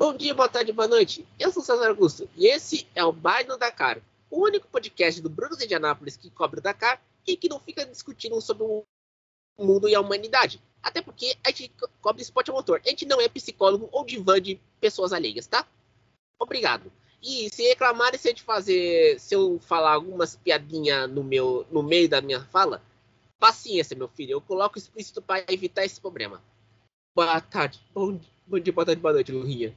Bom dia, boa tarde, boa noite. Eu sou o César Augusto e esse é o Mais no Dakar, o único podcast do Bruno de Indianápolis que cobre o Dakar e que não fica discutindo sobre o mundo e a humanidade. Até porque a gente cobre esporte a motor. A gente não é psicólogo ou divã de pessoas alheias, tá? Obrigado. E se reclamarem se eu falar algumas piadinhas no meio da minha fala, paciência, meu filho. Eu coloco explícito para evitar esse problema. Boa tarde. Bom dia, boa tarde, boa noite, Lurinha.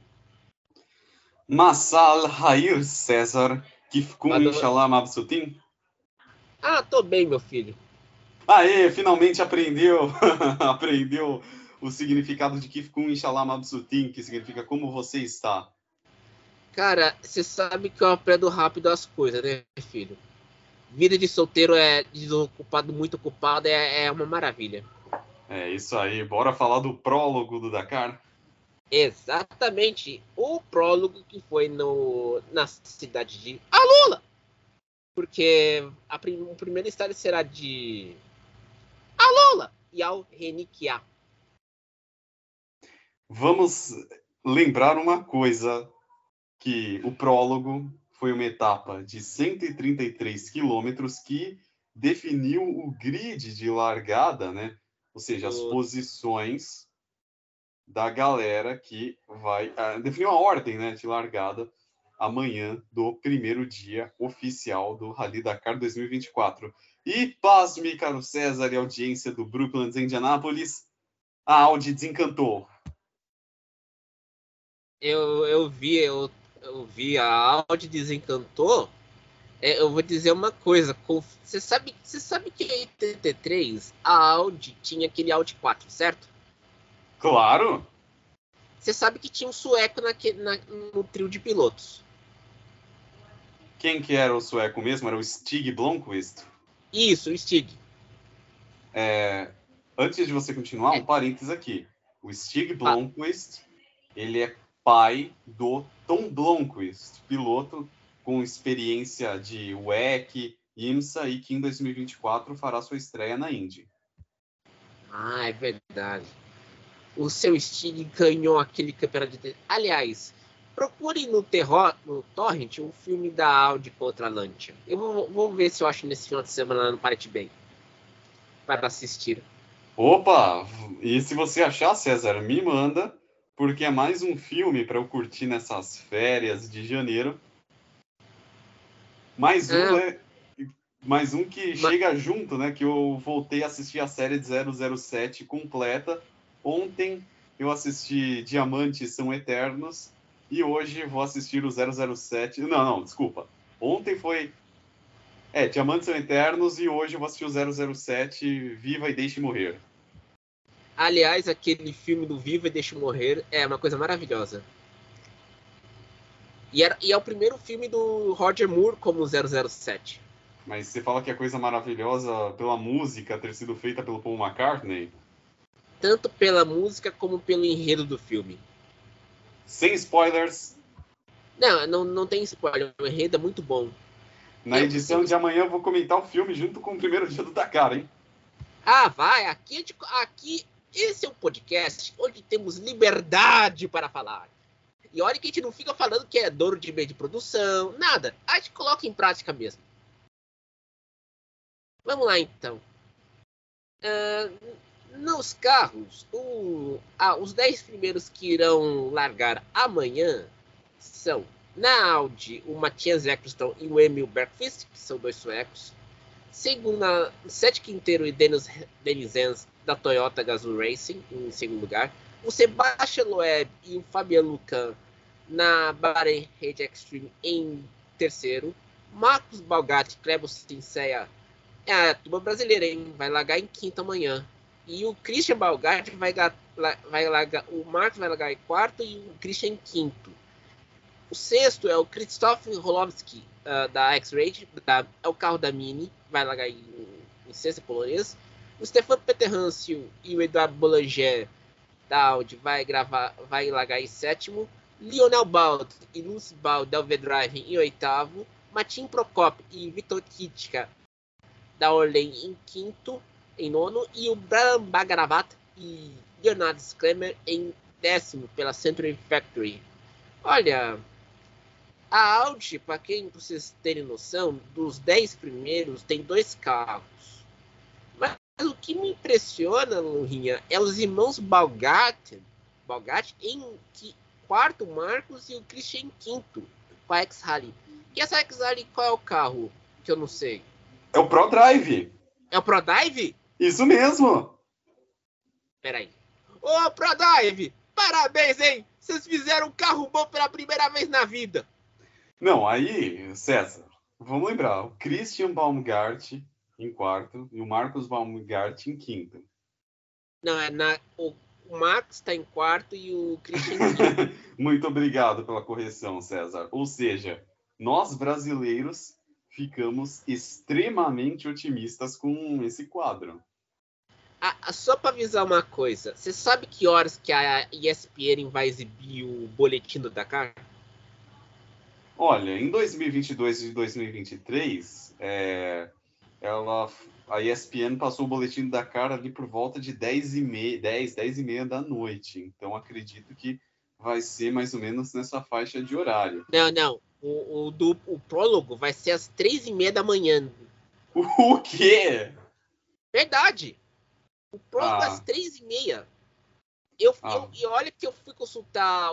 Masal Hair César Kifkun Inshallah Mabsutin. Tô bem, meu filho. Aê, finalmente aprendeu aprendeu o significado de Kifkun Inshallah Mabsutin, que significa como você está. Cara, você sabe que eu aprendo rápido as coisas, né, filho? Vida de solteiro é desocupado, muito ocupado, é uma maravilha. É isso aí, bora falar do prólogo do Dakar? Exatamente. O prólogo que foi na cidade de Alula. Porque o primeiro estádio será de Alula e ao Reniquiá. Vamos lembrar uma coisa, que o prólogo foi uma etapa de 133 quilômetros que definiu o grid de largada, né? Ou seja, as posições da galera que vai... definiu a ordem, né, de largada amanhã do primeiro dia oficial do Rally Dakar 2024. E pasme, caro César e audiência do Brooklands Indianápolis, a Audi desencantou. Eu vi a Audi desencantou. Eu vou dizer uma coisa. Você sabe que em 83 a Audi tinha aquele Audi 4, certo? Claro! Você sabe que tinha um sueco no trio de pilotos. Quem que era o sueco mesmo? Era o Stig Blomqvist? Isso, o Stig. Antes de você continuar, um parênteses aqui. O Stig Blomqvist, ele é pai do Tom Blomqvist, piloto com experiência de WEC, IMSA e que em 2024 fará sua estreia na Indy. É verdade. O seu Stig ganhou aquele campeonato de... Aliás, procure no Torrent o filme da Audi contra a Lancia. Eu vou ver se eu acho nesse final de semana no Pirate Bay. Para assistir. Opa! E se você achar, César, me manda, porque é mais um filme para eu curtir nessas férias de janeiro. Mais um que chega junto, né? Que eu voltei a assistir a série de 007 completa. Ontem eu assisti Diamantes São Eternos e hoje vou assistir o 007. Não, desculpa. Ontem foi... Diamantes São Eternos e hoje eu vou assistir o 007 Viva e Deixe Morrer. Aliás, aquele filme do Viva e Deixe Morrer é uma coisa maravilhosa. E é o primeiro filme do Roger Moore como 007. Mas você fala que é coisa maravilhosa pela música ter sido feita pelo Paul McCartney? Tanto pela música como pelo enredo do filme. Sem spoilers. Não tem spoiler. O enredo é muito bom. Na edição de amanhã eu vou comentar o filme junto com o primeiro dia do Dakar, hein? Vai. Aqui esse é um podcast onde temos liberdade para falar. E olha que a gente não fica falando que é dono de meio de produção, nada. A gente coloca em prática mesmo. Vamos lá, então. Nos carros, os 10 primeiros que irão largar amanhã são, na Audi, o Matthias Eccleston e o Emil Bergqvist, que são 2 suecos. Segundo, Seth Quintero e Denis Enz, da Toyota Gazoo Racing, em segundo lugar. O Sebastian Loeb e o Fabian Lucan, na Bahrain Rage Extreme, em terceiro. Marcos Balgatti e Klebo Cinceia, a turma brasileira, hein? Vai largar em quinto amanhã. E o Christian Balgatti vai largar. O Marcos vai largar em quarto e o Christian em quinto. O sexto é o Krzysztof Rolowski, da X-Rage, é o carro da Mini, vai largar em sexto polonês. O Stefan Peterhansel e o Eduardo Boulanger, da Audi, vai largar em sétimo. Lionel Bald e Lucy Bald, da Overdrive, em oitavo. Martin Prokop e Vitor Kitka, da Orlen, em quinto, em nono. E o Bram Bagaravat e Leonard Sklemer em décimo, pela Century Factory. Olha, a Audi, para vocês terem noção, dos 10 primeiros tem 2 carros. Mas o que me impressiona, Lurinha, é os irmãos Balgatti em quarto Marcos e o Christian em quinto, com a X-Rally. E essa X-Rally, qual é o carro? Que eu não sei. É o ProDrive. É o ProDrive? Isso mesmo. Peraí. Ô, ProDrive! Parabéns, hein? Vocês fizeram um carro bom pela primeira vez na vida. Não, aí, César, vamos lembrar. O Christian Baumgart em quarto e o Marcos Baumgart em quinto. Não, o Max está em quarto e o Christian em quinto. Muito obrigado pela correção, César. Ou seja, nós brasileiros ficamos extremamente otimistas com esse quadro. Só para avisar uma coisa, você sabe que horas que a ESPN vai exibir o boletim do Dakar? Olha, em 2022 e 2023, a ESPN passou o boletim do Dakar ali por volta de 10h30 da noite. Então, acredito que vai ser mais ou menos nessa faixa de horário. Não. O prólogo vai ser às 3h30 da manhã. O quê? Verdade. O prólogo às 3h30. E olha que eu fui consultar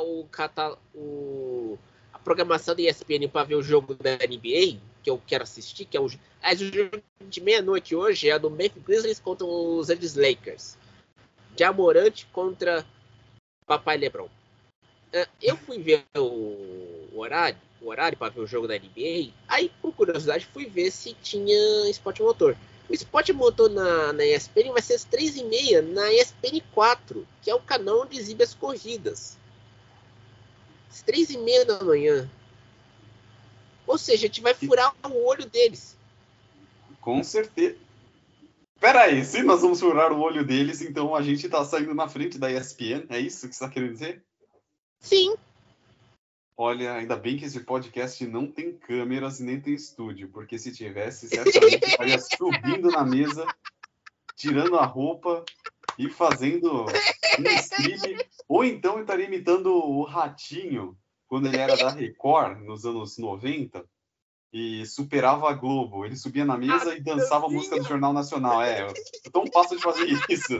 a programação da ESPN para ver o jogo da NBA, que eu quero assistir, que é o jogo de meia-noite hoje é do Memphis Grizzlies contra os Angeles Lakers. De Amorante contra Papai LeBron. Eu fui ver o horário para ver o jogo da NBA. Aí, por curiosidade, fui ver se tinha esporte motor. O esporte motor na ESPN vai ser às 3h30 na ESPN 4, que é o canal onde exibe as corridas. Às 3h30 da manhã. Ou seja, a gente vai furar o olho deles. Com certeza. Peraí, se nós vamos furar o olho deles, então a gente tá saindo na frente da ESPN? É isso que você tá querendo dizer? Sim. Olha, ainda bem que esse podcast não tem câmeras e nem tem estúdio, porque se tivesse, certamente estaria subindo na mesa, tirando a roupa e fazendo um strip, ou então estaria imitando o Ratinho, quando ele era da Record, nos anos 90, e superava a Globo. Ele subia na mesa e dançava a música do Jornal Nacional. Eu tô um passo de fazer isso.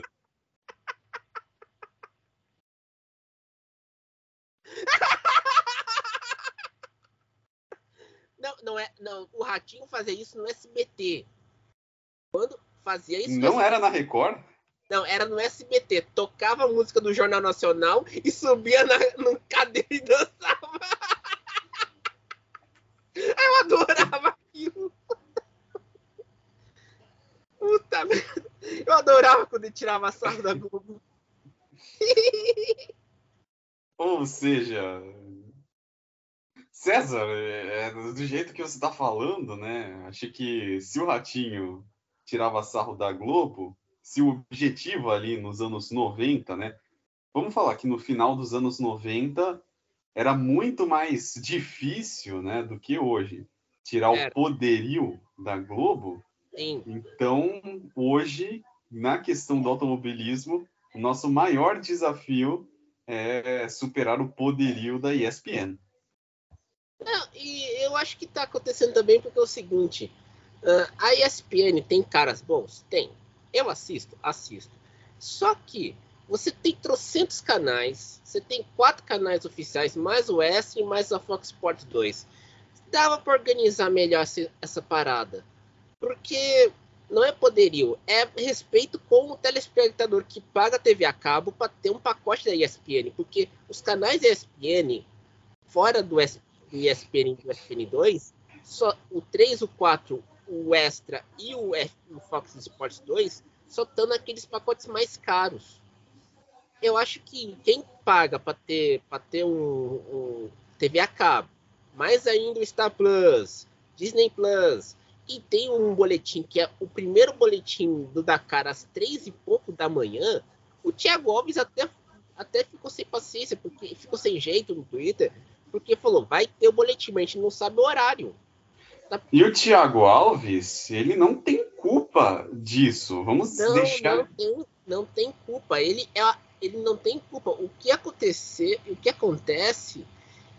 Não, o Ratinho fazia isso no SBT. Quando fazia isso... Não era na Record? Não, era no SBT. Tocava a música do Jornal Nacional e subia no cadeira e dançava. Eu adorava aquilo. Puta merda. Eu adorava quando ele tirava sarro da Globo. Ou seja... César, do jeito que você está falando, né? Achei que se o Ratinho tirava sarro da Globo, se o objetivo ali nos anos 90, né? Vamos falar que no final dos anos 90 era muito mais difícil, né, do que hoje, tirar o poderio da Globo. Sim. Então, hoje, na questão do automobilismo, o nosso maior desafio é superar o poderio da ESPN. Não, e eu acho que está acontecendo também porque é o seguinte, a ESPN tem caras bons? Tem. Eu assisto. Só que você tem trocentos canais, você tem 4 canais oficiais, mais o Extra e mais a Fox Sports 2. Dava para organizar melhor essa parada. Porque não é poderio, é respeito com o telespectador que paga a TV a cabo para ter um pacote da ESPN. Porque os canais da ESPN, fora do ESPN e do ESPN 2, só o 3, o 4, o Extra e o Fox Sports 2 só estão naqueles pacotes mais caros. Eu acho que quem paga para ter um TV a cabo, mais ainda o Star Plus, Disney Plus, e tem um boletim que é o primeiro boletim do Dakar às 3 e pouco da manhã, o Thiago Alves até ficou sem paciência, porque ficou sem jeito no Twitter, porque falou, vai ter o boletim, mas a gente não sabe o horário. E o Thiago Alves, ele não tem culpa disso. Vamos deixar... Não tem culpa. Ele não tem culpa. O que acontece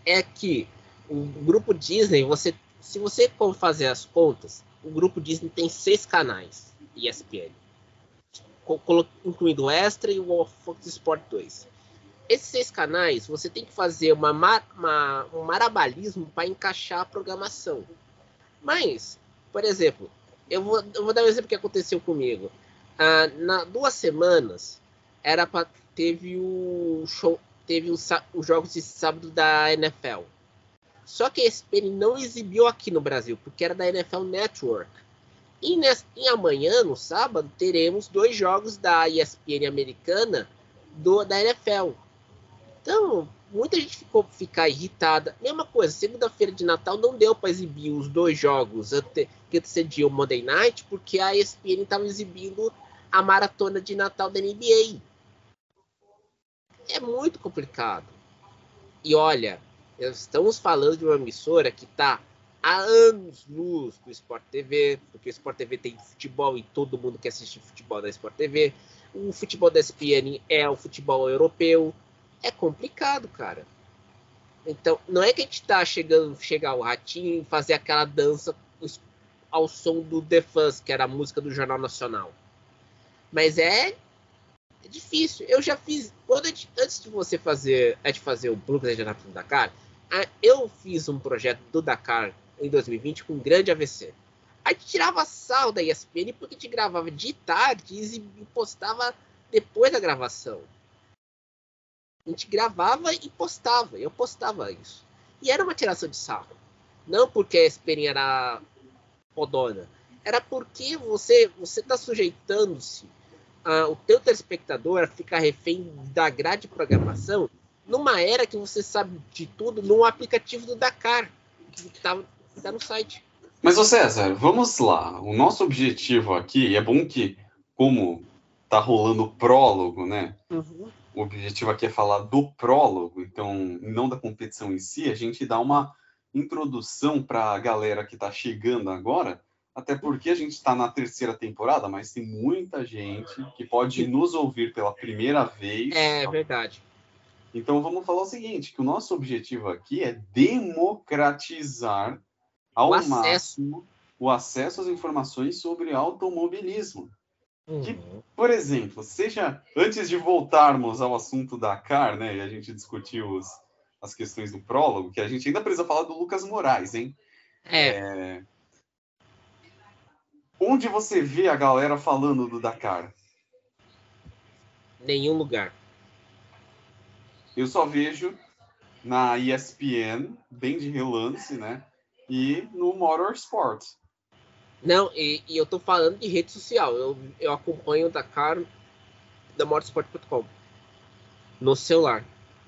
é que o grupo Disney, se você for fazer as contas, o grupo Disney tem 6 canais ESPN, incluindo o Extra e o Fox Sport 2. Esses 6 canais, você tem que fazer um marabalismo para encaixar a programação. Mas, por exemplo, eu vou dar um exemplo que aconteceu comigo. Na 2 semanas, teve os jogos de sábado da NFL. Só que a ESPN não exibiu aqui no Brasil, porque era da NFL Network. E amanhã, no sábado, teremos 2 jogos da ESPN americana da NFL. Então, muita gente ficar irritada. Mesma coisa, segunda-feira de Natal não deu para exibir os 2 jogos que antecediam o Monday Night, porque a ESPN estava exibindo a maratona de Natal da NBA. É muito complicado. E olha, estamos falando de uma emissora que está há anos-luz do Sport TV, porque o Sport TV tem futebol e todo mundo quer assistir futebol da Sport TV. O futebol da ESPN é o futebol europeu. É complicado, cara. Então, não é que a gente tá chegar o Ratinho e fazer aquela dança ao som do The Fuzz, que era a música do Jornal Nacional. Mas é difícil. Eu já fiz. Antes de você fazer o Brooklyn de Rápido do Dakar, eu fiz um projeto do Dakar em 2020 com um grande AVC. A gente tirava sal da ESPN porque a gente gravava de tarde e postava depois da gravação. A gente gravava e postava. Eu postava isso. E era uma tiração de sarro. Não porque a ESPN era fodona. Era porque você está sujeitando-se o teu telespectador a ficar refém da grade de programação numa era que você sabe de tudo num aplicativo do Dakar que tá no site. Mas, ô César, vamos lá. O nosso objetivo aqui, é bom que, como tá rolando o prólogo, né? Uhum. O objetivo aqui é falar do prólogo, então, não da competição em si, a gente dá uma introdução para a galera que está chegando agora, até porque a gente está na 3ª temporada, mas tem muita gente que pode nos ouvir pela primeira vez. É verdade. Então, vamos falar o seguinte, que o nosso objetivo aqui é democratizar ao máximo o acesso às informações sobre automobilismo. Que, por exemplo, antes de voltarmos ao assunto da Dakar, né, e a gente discutiu as questões do prólogo, que a gente ainda precisa falar do Lucas Moraes, hein? Onde você vê a galera falando do Dakar? Nenhum lugar. Eu só vejo na ESPN, bem de relance, né? E no Motorsport. Não, e eu tô falando de rede social. Eu acompanho o Dakar da motorsport.com no celular.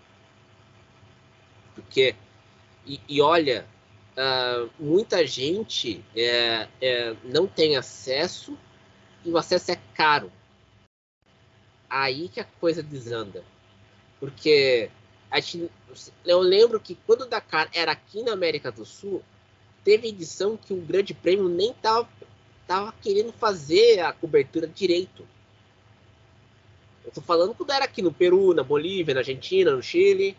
Porque, e olha, muita gente não tem acesso e o acesso é caro. Aí que a coisa desanda. Porque eu lembro que quando o Dakar era aqui na América do Sul, teve edição que o Grande Prêmio nem tava querendo fazer a cobertura direito. Eu tô falando quando era aqui no Peru, na Bolívia, na Argentina, no Chile.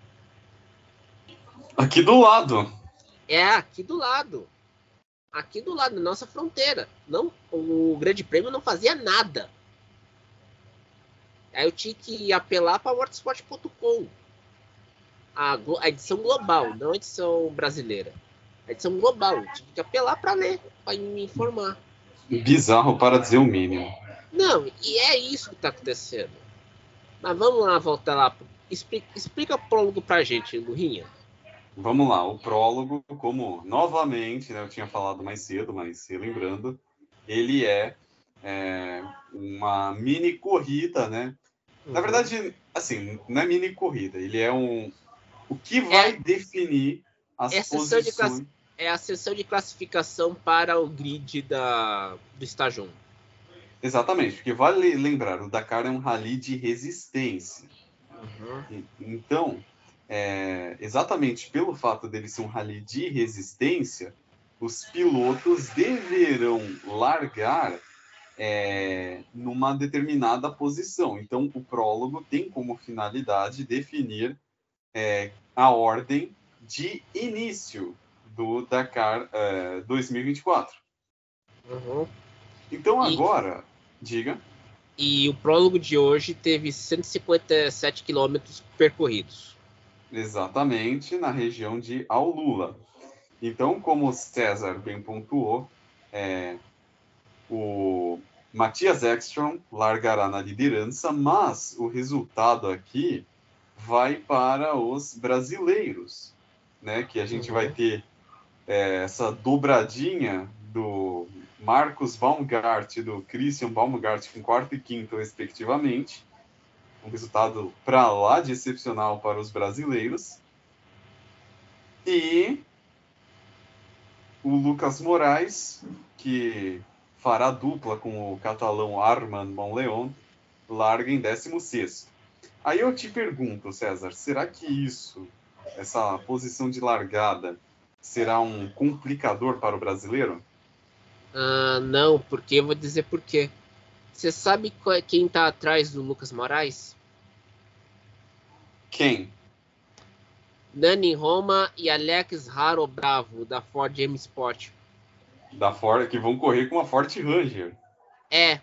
Aqui do lado. Aqui do lado. Aqui do lado, na nossa fronteira. Não, o Grande Prêmio não fazia nada. Aí eu tinha que apelar para motorsport.com. A edição global, não a edição brasileira. A edição global. Eu tive que apelar para ler, para me informar. Bizarro para dizer o mínimo. Não, e é isso que está acontecendo. Mas vamos lá, voltar lá. Explica o prólogo pra gente, Lurinha. Vamos lá, o prólogo, como novamente, né, eu tinha falado mais cedo, mas relembrando, ele é uma mini corrida, né? Na verdade, assim, não é mini corrida, ele é o que vai definir as posições. É a sessão de classificação para o grid do estágio 1. Exatamente, porque vale lembrar, o Dakar é um rally de resistência. Então, exatamente pelo fato dele ser um rally de resistência, os pilotos deverão largar numa determinada posição. Então, o prólogo tem como finalidade definir a ordem de início do Dakar 2024. Uhum. Então E, agora, diga. e o prólogo de hoje teve 157 quilômetros percorridos. Exatamente na região de Aulula. Então, como o César bem pontuou, o Matthias Ekstrom largará na liderança, mas o resultado aqui vai para os brasileiros, né? Que a gente vai Uhum. ter essa dobradinha do Marcos Baumgart e do Christian Baumgart com quarto e quinto, respectivamente. Um resultado para lá de excepcional para os brasileiros. E o Lucas Moraes, que fará dupla com o catalão Armand Monleon, larga em 16º. Aí eu te pergunto, César, será que essa posição de largada, será um complicador para o brasileiro? Não, porque eu vou dizer por quê. Você sabe quem tá atrás do Lucas Moraes? Quem? Dani Roma e Alex Haro Bravo, da Ford M Sport. Da Ford, que vão correr com uma Ford Ranger. É,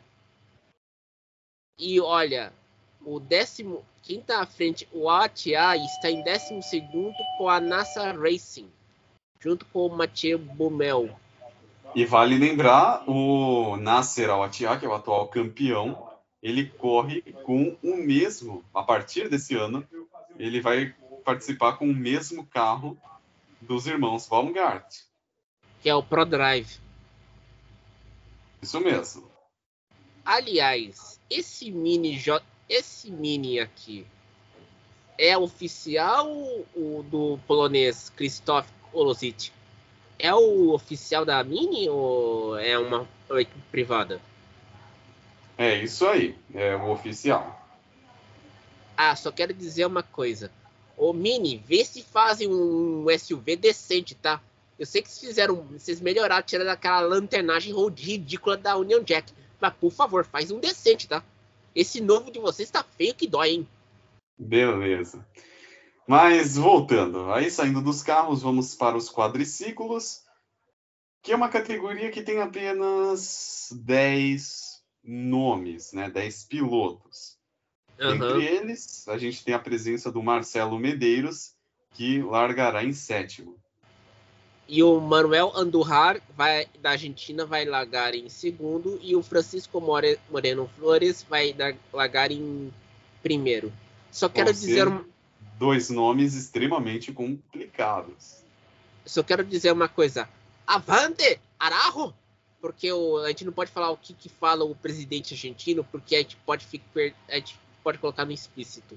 e olha, quem tá à frente, o ATA está em 12º com a NASA Racing, junto com o Mathieu Boumel. E vale lembrar, o Nasser Al-Attiyah, que é o atual campeão, ele corre com o mesmo, a partir desse ano, ele vai participar com o mesmo carro dos irmãos Baumgart. Que é o ProDrive. Isso mesmo. Aliás, esse mini aqui é oficial o do polonês Krzysztof Olosic? É o oficial da Mini ou é uma equipe privada? É isso aí, é o oficial. Ah, só quero dizer uma coisa. Ô Mini, vê se fazem um SUV decente, tá? Eu sei que vocês melhoraram, tirando aquela lanternagem ridícula da Union Jack. Mas por favor, faz um decente, tá? Esse novo de vocês tá feio que dói, hein? Beleza. Mas voltando, aí saindo dos carros, vamos para os quadriciclos, que é uma categoria que tem apenas 10 nomes, né? 10 pilotos. Dentre Aham. eles, a gente tem a presença do Marcelo Medeiros, que largará em sétimo. E o Manuel Andújar da Argentina vai largar em segundo e o Francisco Moreno Flores vai largar em primeiro. Só Ou quero dizer, seja, dois nomes extremamente complicados. só quero dizer uma coisa. Avante, Arajo! Porque a gente não pode falar o que fala o presidente argentino, porque a gente pode colocar no explícito.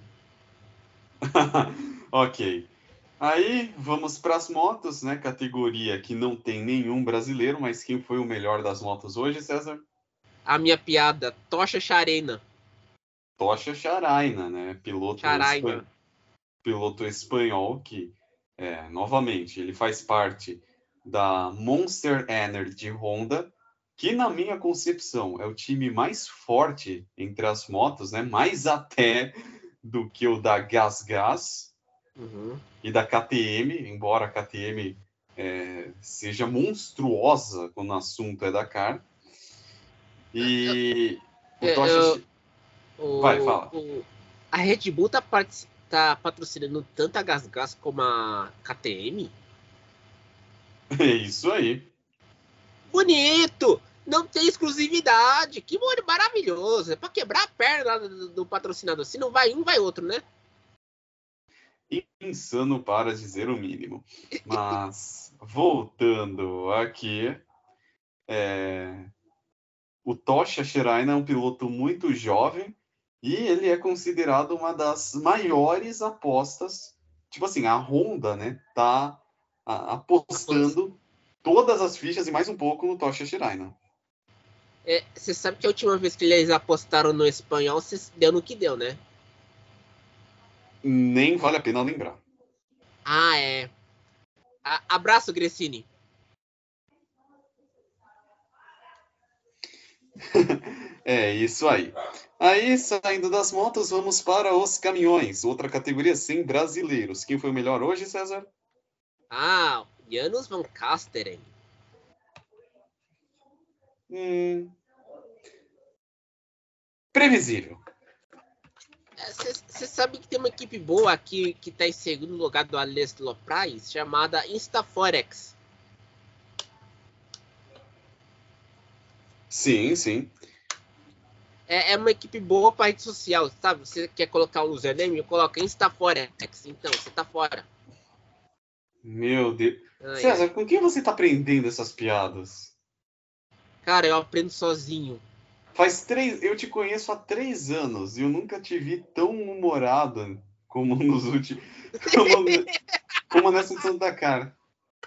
Ok. Aí vamos para as motos, né? Categoria que não tem nenhum brasileiro, mas quem foi o melhor das motos hoje, César? A minha piada, Tocha Charena. Tocha Charaina, né? Charaina. Piloto espanhol que, novamente, ele faz parte da Monster Energy Honda, que na minha concepção é o time mais forte entre as motos, né? Mais até do que o da Gas Gas Uhum. e da KTM, embora a KTM seja monstruosa quando o assunto é Dakar. E o É, Tocha... eu, Vai, o, fala. o, a Red Bull tá patrocinando tanto a GasGas como a KTM. É isso aí. Bonito! Não tem exclusividade. Que maravilhoso. É pra quebrar a perna do patrocinador. Se não vai um, vai outro, né? Insano para dizer o mínimo. Mas, voltando aqui, o Tocha Shiraina é um piloto muito jovem e ele é considerado uma das maiores apostas. Tipo assim, a Honda, né, tá apostando todas as fichas e mais um pouco no Tocha Shiraina. Você sabe que a última vez que eles apostaram no espanhol, deu no que deu, né? Nem vale a pena lembrar. Ah, é. Abraço, Gressini. É isso aí. Aí, saindo das motos, vamos para os caminhões. Outra categoria sem brasileiros. Quem foi o melhor hoje, César? Ah, Janus Van Kasteren. Previsível. Você sabe que tem uma equipe boa aqui que tá em segundo lugar do Ales Loprais, chamada Instaforex. Sim, sim. É uma equipe boa para rede social, sabe? Você quer colocar um username, coloca Instaforex. Então, você tá fora. Meu Deus. Ai, César, ai. com quem você tá aprendendo essas piadas? Cara, eu aprendo sozinho. Eu te conheço há 3 anos e eu nunca te vi tão humorada como nos últimos, como, como nessa edição da cara.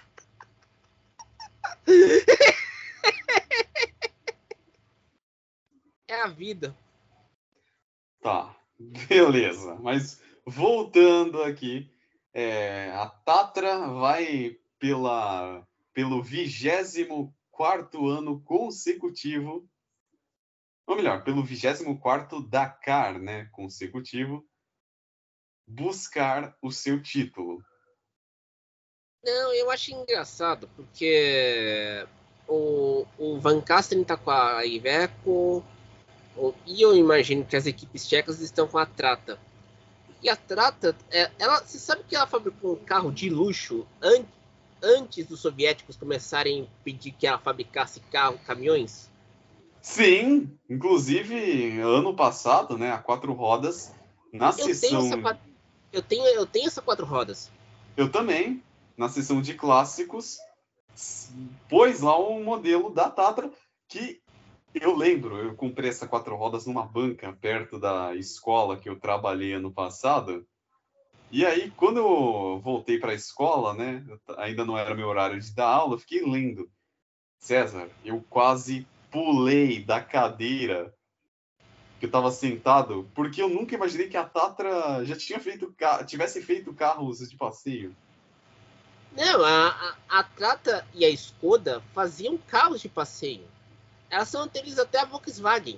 É a vida. Tá, beleza. Mas voltando aqui, a Tatra vai pelo 24º ano consecutivo, ou melhor, pelo 24º Dakar, né, consecutivo, buscar o seu título. Não, eu acho engraçado, porque o Van Casten tá com a Iveco, e eu imagino que as equipes tchecas estão com a Trata. E a Trata, você sabe que ela fabricou um carro de luxo antes dos soviéticos começarem a pedir que ela fabricasse caminhões? Sim, inclusive ano passado, né, a 4 rodas, na Eu tenho essa sessão, eu tenho essa 4 rodas. eu também, na sessão de clássicos, pôs lá um modelo da Tatra que eu lembro, eu comprei essa 4 rodas numa banca perto da escola que eu trabalhei ano passado. E aí, quando eu voltei para a escola, né, ainda não era meu horário de dar aula, eu fiquei lendo. César, eu quase pulei da cadeira que eu estava sentado, porque eu nunca imaginei que a Tatra já tivesse feito carros de passeio. Não, a Trata e a Skoda faziam carros de passeio. Elas são anteriores até a Volkswagen.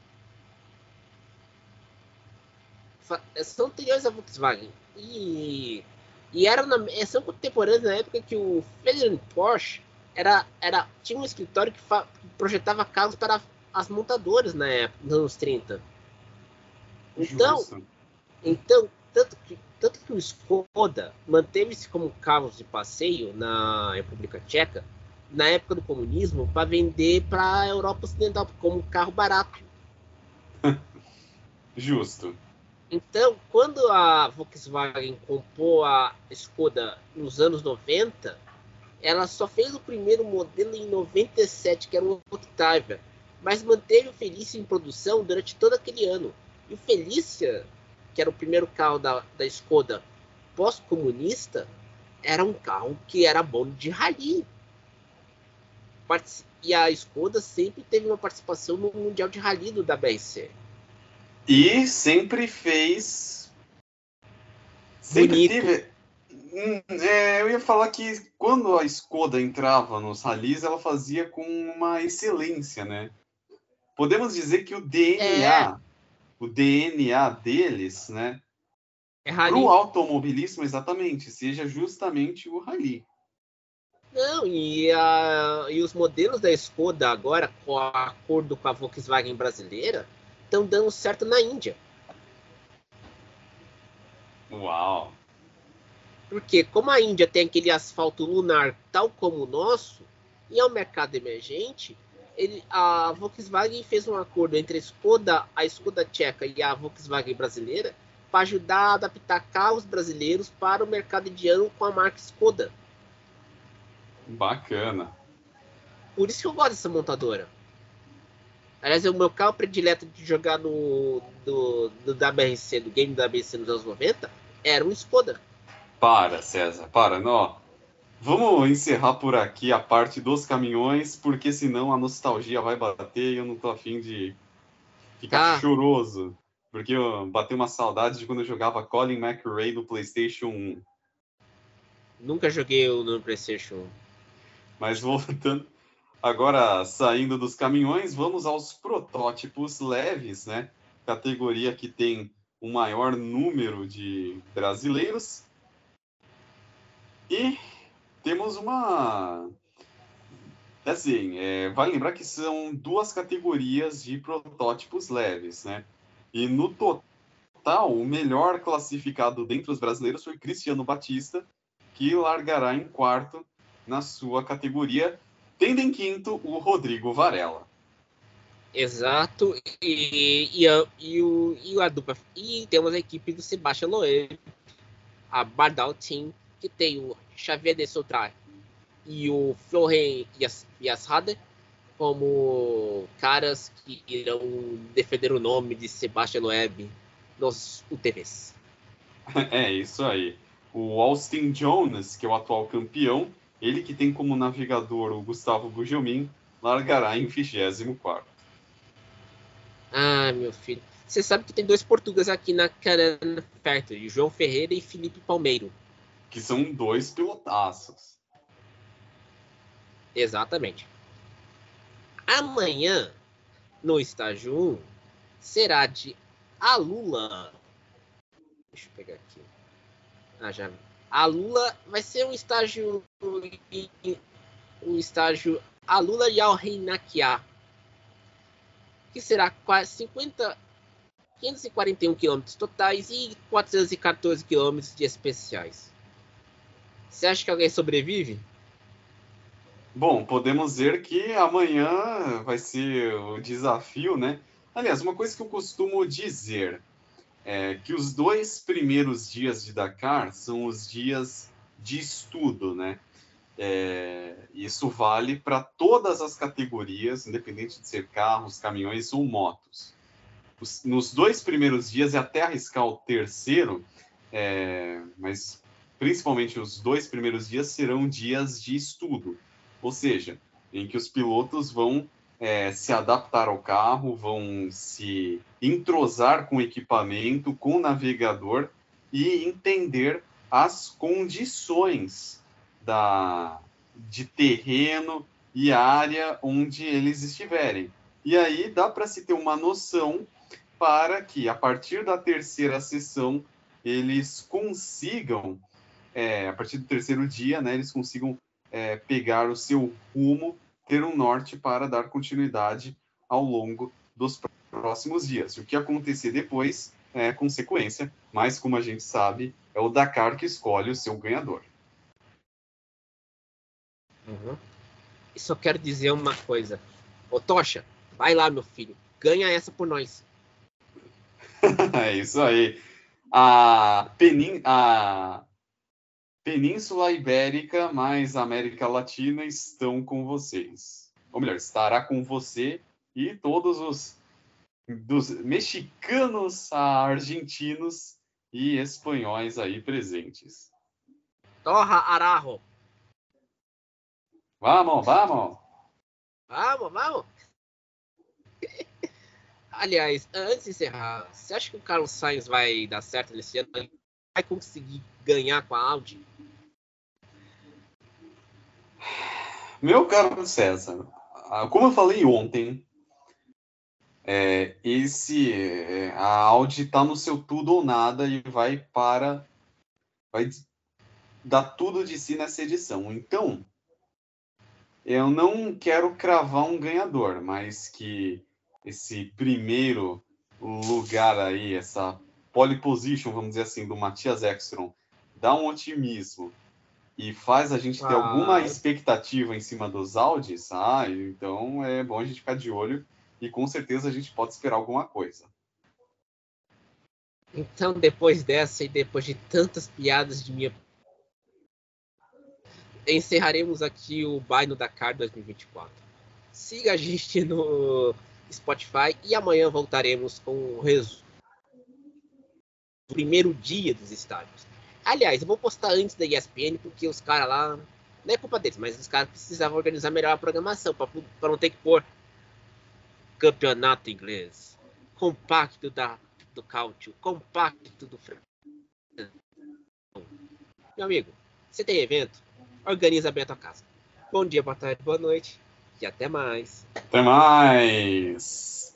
São anteriores à Volkswagen. E são contemporâneos na época que o Ferdinand Porsche tinha um escritório que projetava carros para as montadoras na época, nos anos 30. Então, Justo. então tanto que o Skoda manteve-se como carros de passeio na República Tcheca na época do comunismo para vender para a Europa Ocidental como carro barato. Justo. Então, quando a Volkswagen comprou a Skoda nos anos 90, ela só fez o primeiro modelo em 97, que era o Octavia, mas manteve o Felicia em produção durante todo aquele ano. E o Felicia, que era o primeiro carro da Skoda pós-comunista, era um carro que era bom de rally. E a Skoda sempre teve uma participação no Mundial de Rally do WRC. E sempre fez. Sempre Bonito. teve. Eu ia falar que quando a Skoda entrava nos ralis, ela fazia com uma excelência, né? Podemos dizer que É, o DNA deles, né, é para o rally. automobilismo exatamente, seja justamente o rally. Não, e os modelos da Skoda agora, com acordo com a Volkswagen brasileira, estão dando certo na Índia. Uau! Porque como a Índia tem aquele asfalto lunar tal como o nosso, e é um mercado emergente, a Volkswagen fez um acordo entre a Skoda tcheca e a Volkswagen brasileira para ajudar a adaptar carros brasileiros para o mercado indiano com a marca Skoda. Bacana. Por isso que eu gosto dessa montadora. Aliás, o meu carro predileto de jogar do WRC, do game da WRC nos anos 90, era um Skoda. Para, César, para. Não, vamos encerrar por aqui a parte dos caminhões, porque senão a nostalgia vai bater e eu não tô afim de ficar Tá? choroso. Porque eu bateu uma saudade de quando eu jogava Colin McRae no PlayStation 1. Nunca joguei no PlayStation 1. Mas voltando, agora saindo dos caminhões, vamos aos protótipos leves, né? Categoria que tem o maior número de brasileiros. E temos uma... Assim, vale lembrar que são 2 categorias de protótipos leves, né? E no total, o melhor classificado dentre os brasileiros foi Cristiano Batista, que largará em quarto na sua categoria, tendo em quinto o Rodrigo Varela. Exato, e temos a equipe do Sebastian Loeb, a Bardal Team, que tem o Xavier de Soutra e o Florian Yasrada como caras que irão defender o nome de Sebastian Loeb nos UTVs. É isso aí. O Austin Jones, que é o atual campeão, ele que tem como navegador o Gustavo Gugelmin, largará em 24º. Ah, meu filho. Você sabe que tem 2 portugueses aqui na Canana Factory, João Ferreira e Felipe Palmeiro. Que são 2 pilotaços. Exatamente. Amanhã, no estágio 1, será de Alula. Deixa eu pegar aqui. Já vi. Alula vai ser um estágio Alula e Al-Reinakia, que será 541 km totais e 414 km de especiais. Você acha que alguém sobrevive? Bom, podemos dizer que amanhã vai ser o desafio, né? Aliás, uma coisa que eu costumo dizer é que os 2 primeiros dias de Dakar são os dias de estudo, né? Isso vale para todas as categorias, independente de ser carros, caminhões ou motos. Nos 2 primeiros dias, e até arriscar o terceiro, mas principalmente os 2 primeiros dias serão dias de estudo, ou seja, em que os pilotos vão se adaptar ao carro, vão se entrosar com o equipamento, com o navegador e entender as condições de terreno e área onde eles estiverem. E aí dá para se ter uma noção para que, a partir da terceira sessão, eles consigam, a partir do terceiro dia, né, eles consigam pegar o seu rumo, ter um norte para dar continuidade ao longo dos próximos dias. O que acontecer depois é consequência, mas, como a gente sabe, é o Dakar que escolhe o seu ganhador. Uhum. E só quero dizer uma coisa. Ô, Tocha, vai lá, meu filho. Ganha essa por nós. É isso aí. A Península Ibérica mais América Latina estão com vocês. Ou melhor, estará com você e todos os dos mexicanos a argentinos e espanhóis aí presentes. Torra Arajo. Vamos, vamos! Vamos, vamos. Aliás, antes de encerrar, você acha que o Carlos Sainz vai dar certo nesse ano? Ele vai conseguir ganhar com a Audi? Meu caro César, como eu falei ontem, a Audi está no seu tudo ou nada e vai dar tudo de si nessa edição. Então, eu não quero cravar um ganhador, mas que esse primeiro lugar aí, essa pole position, vamos dizer assim, do Matthias Ekstrom, dá um otimismo e faz a gente ter alguma expectativa em cima dos Audis, então é bom a gente ficar de olho e com certeza a gente pode esperar alguma coisa. Então, depois dessa e depois de tantas piadas de minha... encerraremos aqui o Buy no Dakar 2024. Siga a gente no Spotify e amanhã voltaremos com o resumo do primeiro dia dos estádios. Aliás, eu vou postar antes da ESPN porque os caras lá, não é culpa deles, mas os caras precisavam organizar melhor a programação para não ter que pôr campeonato inglês, compacto do Cáutio, compacto do Meu amigo, você tem evento? Organiza bem a tua casa. Bom dia, boa tarde, boa noite e até mais. Até mais!